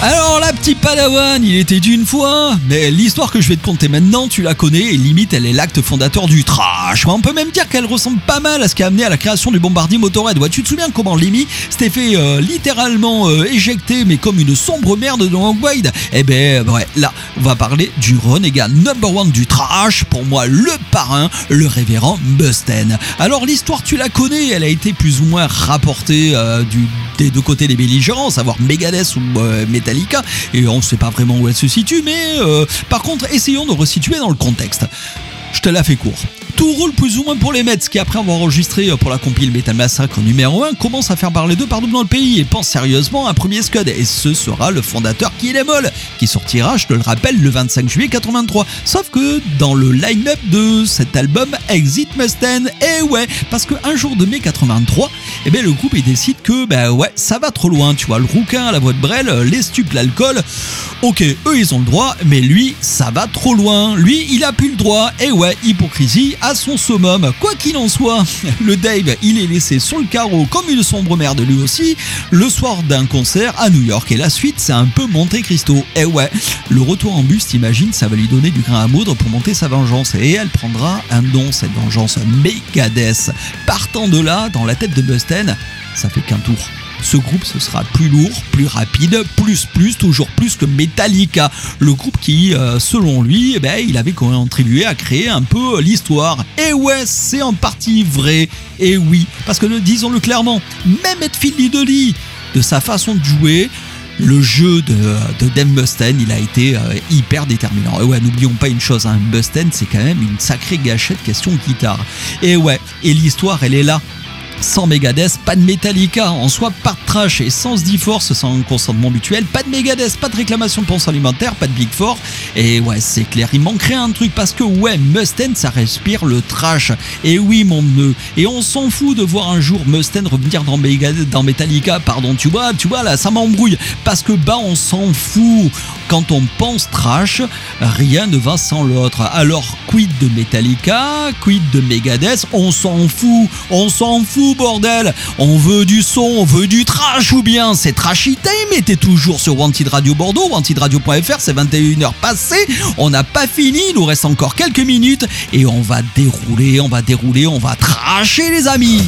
Alors la petite Padawan, il était d'une fois, mais l'histoire que je vais te conter maintenant, tu la connais et limite elle est l'acte fondateur du trash. On peut même dire qu'elle ressemble pas mal à ce qui a amené à la création du bombardier Motorhead. Ouais, tu te souviens comment Lemmy s'était fait euh, littéralement euh, éjecter, mais comme une sombre merde de Long Wade. Eh ben ouais, là on va parler du renégat number one du trash, pour moi le parrain, le révérend Mustaine. Alors l'histoire tu la connais, elle a été plus ou moins rapportée euh, du, des deux côtés des belligérants, à savoir Megadeth ou euh, Metallica. Et on ne sait pas vraiment où elle se situe, mais euh, par contre, essayons de resituer dans le contexte. Je te la fais court. Tout roule plus ou moins pour les Mets, qui après avoir enregistré pour la compile Metal Massacre numéro un, commence à faire parler d'eux partout dans le pays et pense sérieusement à un premier scud. Et ce sera le fondateur Kill Em All, qui sortira, je te le rappelle, le vingt-cinq juillet quatre-vingt-trois. Sauf que dans le line-up de cet album exit Mustaine. Et ouais, parce qu'un jour de mai quatre-vingt-trois, eh ben, le groupe il décide que bah ouais, ça va trop loin. Tu vois, le rouquin à la voix de Brel, les stupes, l'alcool. Ok, eux ils ont le droit, mais lui, ça va trop loin. Lui, il a plus le droit. Et ouais, hypocrisie à son summum. Quoi qu'il en soit, le Dave, il est laissé sur le carreau comme une sombre merde lui aussi, le soir d'un concert à New York. Et la suite, c'est un peu Monte Cristo. Et ouais, le retour en bus, t'imagines, ça va lui donner du grain à moudre pour monter sa vengeance. Et elle prendra un nom, cette vengeance, Megadeth. Partant de là, dans la tête de Mustaine, ça fait qu'un tour. Ce groupe, ce sera plus lourd, plus rapide, plus, plus, toujours plus que Metallica. Le groupe qui, euh, selon lui, eh ben, il avait contribué à créer un peu l'histoire. Et ouais, c'est en partie vrai. Et oui, parce que disons-le clairement, même Ed Fiddly de sa façon de jouer, le jeu de, de Dave Mustaine, il a été euh, hyper déterminant. Et ouais, n'oublions pas une chose, hein, Mustaine, c'est quand même une sacrée gâchette question guitare. Et ouais, et l'histoire, elle est là. Sans Megadeth, pas de Metallica, en soi pas de trash, et sans D-Force, sans consentement mutuel, pas de Megadeth, pas de réclamation de pension alimentaire, pas de Big Four, et ouais c'est clair, il manquerait un truc, parce que ouais, Mustaine ça respire le trash, et oui mon nœud, et on s'en fout de voir un jour Mustaine revenir dans Megadeth, dans Metallica, pardon, tu vois, tu vois là, ça m'embrouille, parce que bah on s'en fout, quand on pense trash, rien ne va sans l'autre, alors quid de Metallica, quid de Megadeth, on s'en fout, on s'en fout, bordel, on veut du son, on veut du trash, ou bien c'est Trashy Time. Et t'es toujours sur Wanted Radio Bordeaux, wanted radio point f r, c'est vingt et une heures passées, on n'a pas fini, il nous reste encore quelques minutes et on va dérouler, on va dérouler, on va trasher les amis.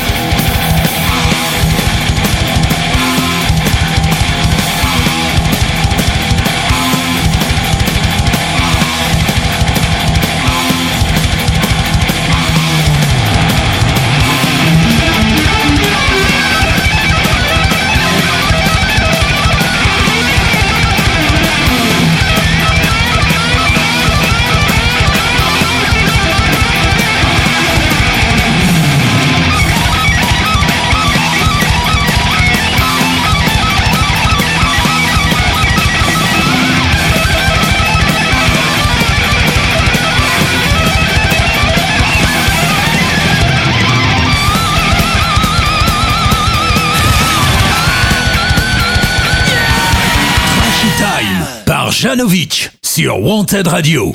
Janovic sur Wanted Radio.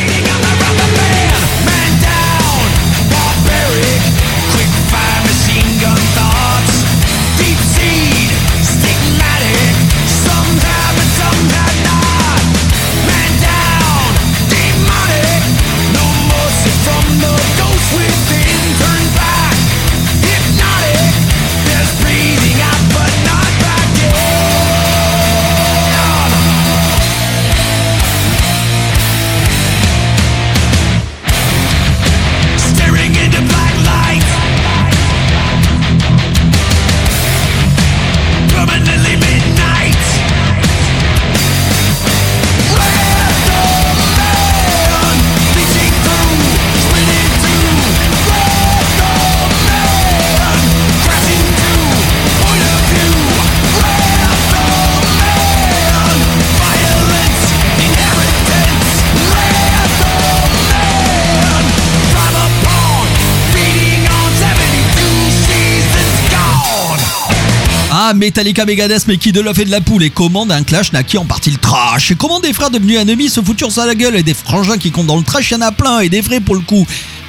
Metallica, Megadeth, mais qui de l'œuf et de la poule, et comment d'un clash naquit en partie le trash, et comment des frères devenus ennemis se foutent sur la gueule, et des frangins qui comptent dans le trash, il y en a plein, et des vrais pour le coup.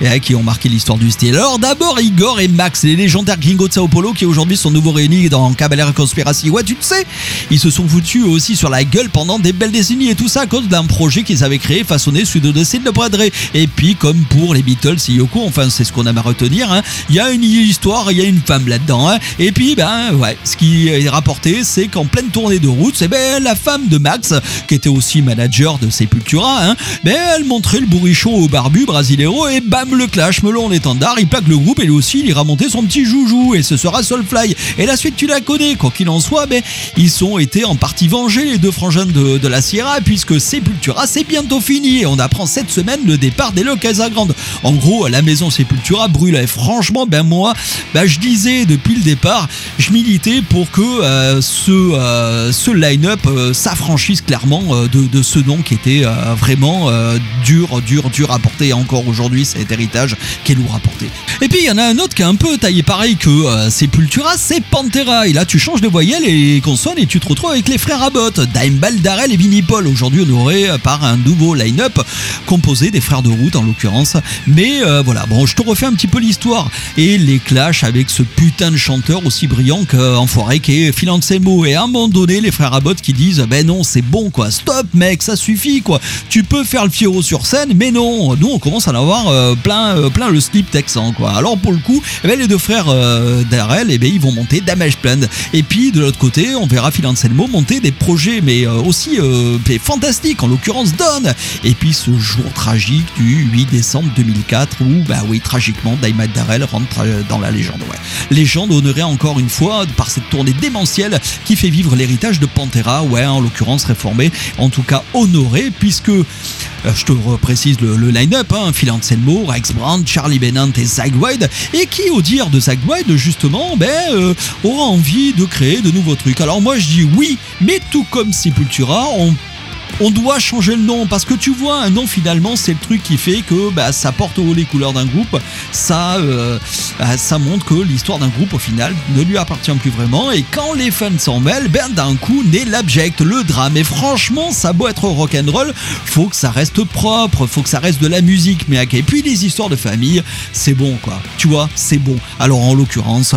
et qui ont marqué l'histoire du style. Alors d'abord Igor et Max, les légendaires gringos de Sao Paulo qui aujourd'hui sont nouveau réunis dans Cavalera Conspiracy. Ouais, tu le sais, ils se sont foutus aussi sur la gueule pendant des belles décennies et tout ça à cause d'un projet qu'ils avaient créé façonné sous le dossier de Brad Ray. Et puis comme pour les Beatles et Yoko, enfin c'est ce qu'on aime à retenir, hein, il y a une histoire, il y a une femme là-dedans, hein, et puis ben ouais, ce qui est rapporté c'est qu'en pleine tournée de route, c'est ben la femme de Max, qui était aussi manager de Sepultura, hein, ben elle montrait le bourrichon au barbu brasilero et bam le clash, melon l'étendard, il plaque le groupe et lui aussi il ira monter son petit joujou et ce sera Soulfly. Et la suite tu la connais, quoi qu'il en soit, ben ils ont été en partie vengés les deux frangins de, de la Sierra puisque Sepultura c'est bientôt fini et on apprend cette semaine le départ des Casagrande. En gros, la maison Sepultura brûle et franchement, ben moi, ben je disais depuis le départ, je militais pour que euh, ce, euh, ce line-up euh, s'affranchisse clairement euh, de, de ce nom qui était euh, vraiment euh, dur, dur, dur à porter. Et encore aujourd'hui, cet héritage qui est lourd à porter. Et puis il y en a un autre qui est un peu taillé pareil que euh, Sepultura, c'est Pantera. Et là, tu changes de voyelles et consonnes et tu te retrouves avec les frères Abbott, Dimebag Darrell et Vinnie Paul. Aujourd'hui honoré par un nouveau line-up composé des frères de route en l'occurrence. Mais euh, voilà, bon, je te refais un petit peu l'histoire et les clashs avec ce putain de chanteur aussi brillant qu'enfoiré qui est Phil Anselmo. Et à un moment donné, les frères Abbott qui disent ben non, c'est bon quoi, stop mec, ça suffit quoi. Tu peux faire le fiero sur scène, mais non, nous on commence à en avoir euh, plein, euh, plein le slip texan quoi. Alors pour le coup, eh ben, les deux frères euh, Darrell, eh ben, ils vont monter Damage Plan. Et puis de l'autre côté, on verra Phil Anselmo monter des projets, mais euh, aussi euh, fantastiques, en l'occurrence Dawn. Et puis ce jour tragique du huit décembre deux mille quatre où, bah oui, tragiquement, Dimebag Darrell rentre dans la légende. Ouais. Légende honorée encore une fois par cette tournée démentielle qui fait vivre l'héritage de Pantera, ouais, en l'occurrence réformé, en tout cas honoré, puisque, euh, je te reprécise le, le line-up, hein, Phil Anselmo, Rex Brown, Charlie Bennant et Zakk Wylde, et qui, au dire de Zakk Wylde, justement, ben, euh, aura envie de créer de nouveaux trucs. Alors moi je dis oui, mais tout comme Sepultura, on On doit changer le nom parce que tu vois, un nom finalement c'est le truc qui fait que bah, ça porte haut les couleurs d'un groupe, ça, euh, ça montre que l'histoire d'un groupe au final ne lui appartient plus vraiment et quand les fans s'en mêlent, ben d'un coup naît l'abject, le drame. Et franchement, ça a beau être rock'n'roll, faut que ça reste propre, faut que ça reste de la musique, mais et puis les histoires de famille, c'est bon quoi, tu vois, c'est bon. Alors en l'occurrence,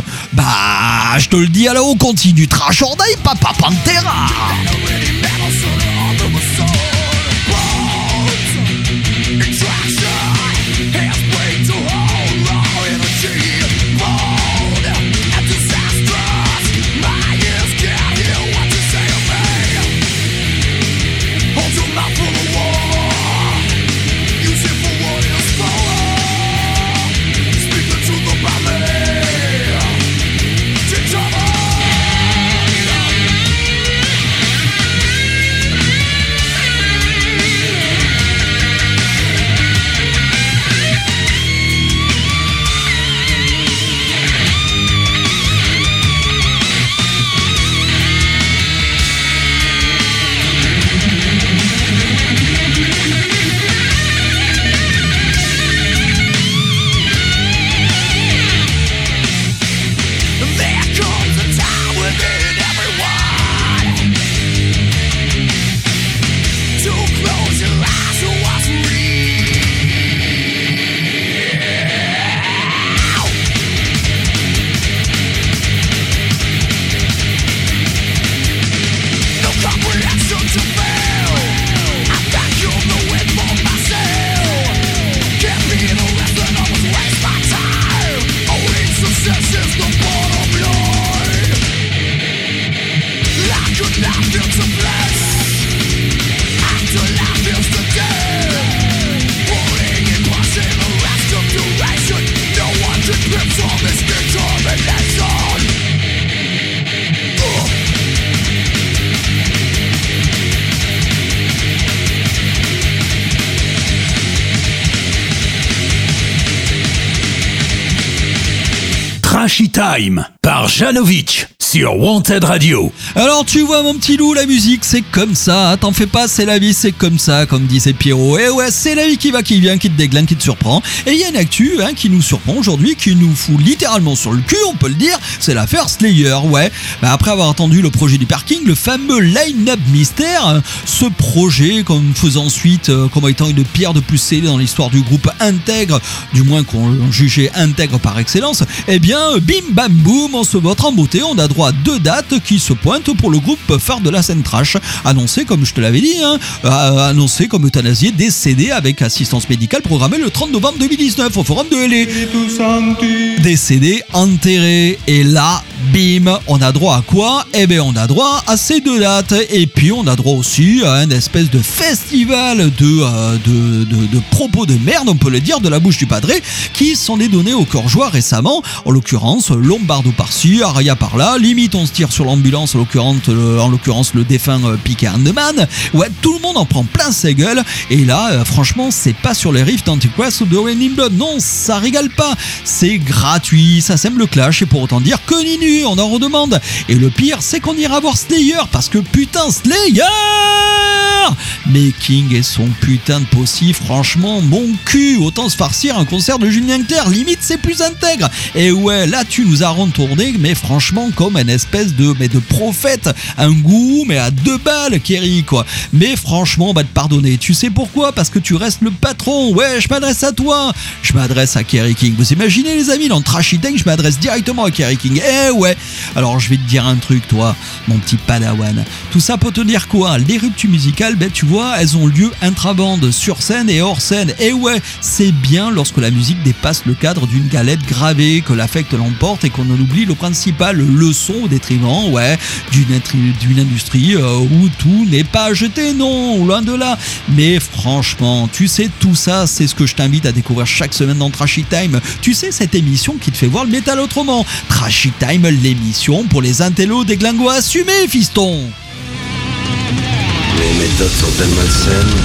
bah je te le dis, alors on continue, Trash or Die, Papa Pantera. Trashy Time par Janovic sur sur Wanted Radio. Alors tu vois mon petit loup, la musique c'est comme ça, t'en fais pas, c'est la vie, c'est comme ça, comme disait Pierrot. Et ouais, c'est la vie qui va, qui vient, qui te déglingue, qui te surprend. Et il y a une actu hein, qui nous surprend aujourd'hui, qui nous fout littéralement sur le cul, on peut le dire, c'est l'affaire Slayer, ouais. Bah, après avoir attendu le projet du parking, le fameux line-up mystère, ce projet comme faisant suite, euh, comme étant une pierre de plus scellée dans l'histoire du groupe intègre, du moins qu'on jugeait intègre par excellence, eh bien bim bam boum, on se vote en beauté, on a droit à deux dates qui se pointent pour le groupe phare de la scène trash, annoncé comme je te l'avais dit, hein, euh, annoncé comme euthanasié, décédé avec assistance médicale programmée le trente novembre deux mille dix-neuf au forum de L A. Décédé, enterré, et là, bim, on a droit à quoi? Eh bien on a droit à ces deux dates, et puis on a droit aussi à une espèce de festival de, euh, de, de, de propos de merde, on peut le dire, de la bouche du padré, qui s'en est donné au corps joie récemment, en l'occurrence Lombardo par-ci, Aria par-là, limite on se tire sur l'ambulance, en l'occurrence, euh, en l'occurrence le défunt euh, Piquet Handeman, ouais, tout le monde en prend plein sa gueule, et là, euh, franchement, c'est pas sur les riffs d'Antichrist ou de Raining Blood, non, ça régale pas, c'est gratuit, ça sème le clash, et pour autant dire que Ninu, on en redemande, et le pire, c'est qu'on ira voir Slayer, parce que putain, Slayer! Mais King et son putain de possi, franchement, mon cul, autant se farcir un concert de Julien Clerc, limite c'est plus intègre. Et ouais, là tu nous as retourné, mais franchement comme une espèce de, mais de prophète, un goût, mais à deux balles, Kerry, quoi. Mais franchement, bah te pardonner, tu sais pourquoi? Parce que tu restes le patron, ouais, je m'adresse à toi, je m'adresse à Kerry King. Vous imaginez les amis, dans Trashy Time, je m'adresse directement à Kerry King. Eh ouais, alors je vais te dire un truc, toi, mon petit padawan. Tout ça pour te dire quoi? Les ruptures musicales, ben tu vois, elles ont lieu intra-bande, sur scène et hors scène. Et ouais, c'est bien lorsque la musique dépasse le cadre d'une galette gravée, que l'affect l'emporte et qu'on en oublie le principal, le son au détriment, ouais, d'une, d'une industrie euh, où tout n'est pas jeté, non, loin de là. Mais franchement, tu sais, tout ça, c'est ce que je t'invite à découvrir chaque semaine dans Trashy Time. Tu sais, cette émission qui te fait voir le métal autrement. Trashy Time, l'émission pour les intellos déglingos assumés, fiston. Les méthodes sont-elles malsaines?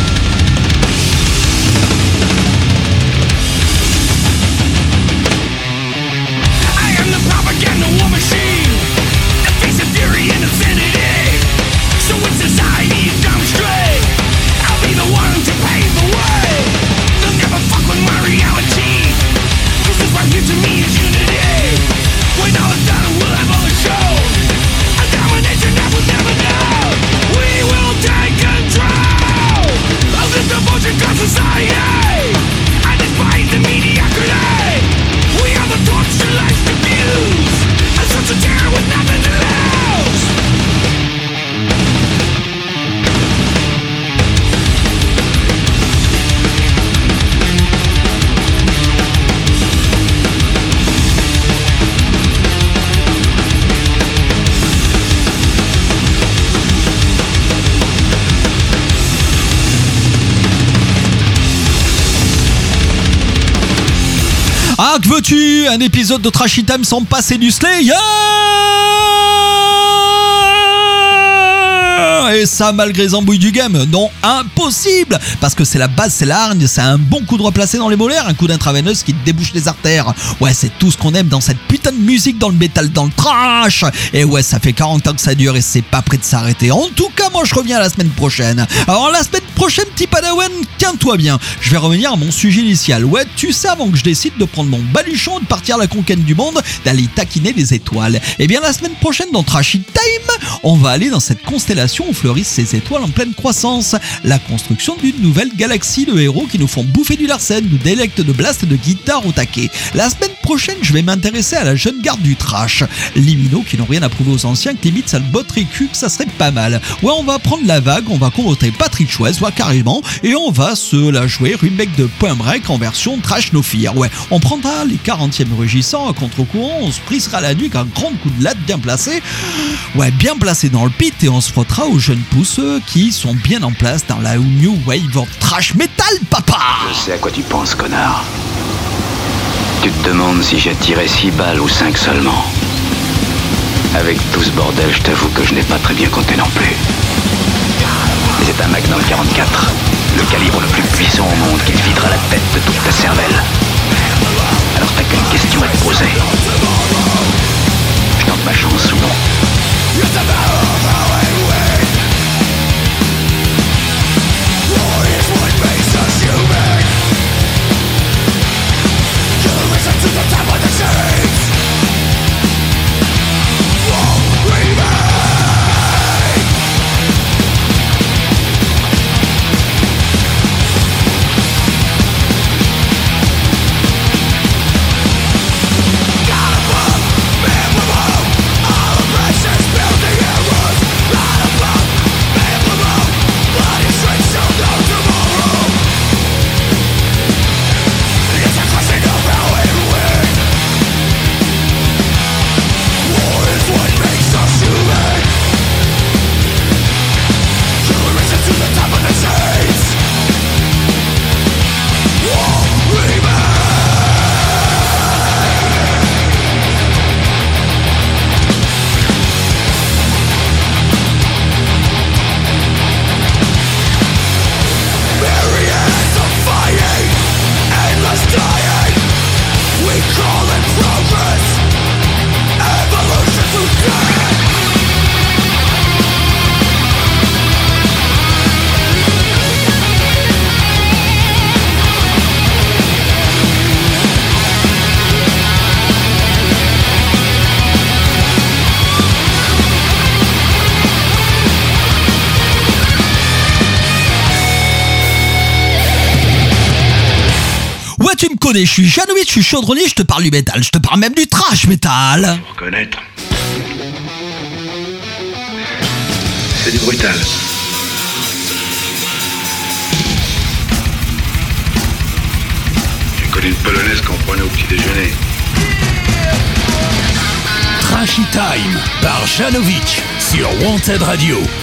I am the propaganda war machine, the face of fury and obscenity. So when society is dumb straight, I'll be the one to pave the way. They'll never fuck with my reality, 'cause this right here to me is unity. When all is done, we'll have all the show, a domination that we'll never know. We will take control of this devotion to society. I despise the mediocrity. We are the torch that lies to fuse, a sense of terror with nothing to lose. Ah, que veux-tu? Un épisode de Trashy Time sans passer du Slayer! Et ça malgré les embrouilles du game? Non, impossible! Parce que c'est la base, c'est la hargne, c'est un bon coup droit placé dans les molaires, un coup d'intraveineuse qui débouche les artères. Ouais, c'est tout ce qu'on aime dans cette putain de musique, dans le métal, dans le trash! Et ouais, ça fait quarante ans que ça dure et c'est pas prêt de s'arrêter. En tout cas, moi je reviens la semaine prochaine. Alors la semaine prochaine, petit padawan, tiens-toi bien. Je vais revenir à mon sujet initial. Ouais, tu sais, avant que je décide de prendre mon baluchon et de partir à la conquête du monde, d'aller taquiner les étoiles. Et bien la semaine prochaine, dans Trashy Time, on va aller dans cette constellation où fleurissent ces étoiles en pleine croissance. La construction d'une nouvelle galaxie de héros qui nous font bouffer du Larsen, nous délectent de blast et de guitare au taquet. La semaine prochaine, je vais m'intéresser à la jeune garde du trash. Les minots qui n'ont rien à prouver aux anciens, que limite ça le botterait cul, que ça serait pas mal. Ouais, on va prendre la vague, on va convoquer Patrick Chouès, ouais, carrément, et on va se la jouer remake de Point Break en version Trash No Fear. Ouais, on prendra les quarantièmes rugissants à contre-courant, on se prisera la nuit avec un grand coup de latte bien placé, ouais, bien placé dans le pit, et on se frottera aux jeunes pousseux qui sont bien en place dans la New Wave of Trash Metal, papa! Je sais à quoi tu penses, connard. Tu te demandes si j'ai tiré six balles ou cinq seulement. Avec tout ce bordel, je t'avoue que je n'ai pas très bien compté non plus. Mais c'est un Magnum quarante-quatre, le calibre le plus puissant au monde qui te videra la tête de toute ta cervelle. Alors t'as qu'une question à te poser. Je tente ma chance ou non? Je suis Janowitz, je suis chaudronnier, je te parle du métal, je te parle même du trash métal. Faut reconnaître. C'est du brutal. J'ai connu une polonaise qu'on prenait au petit déjeuner. Trashy Time par Janowitz sur Wanted Radio.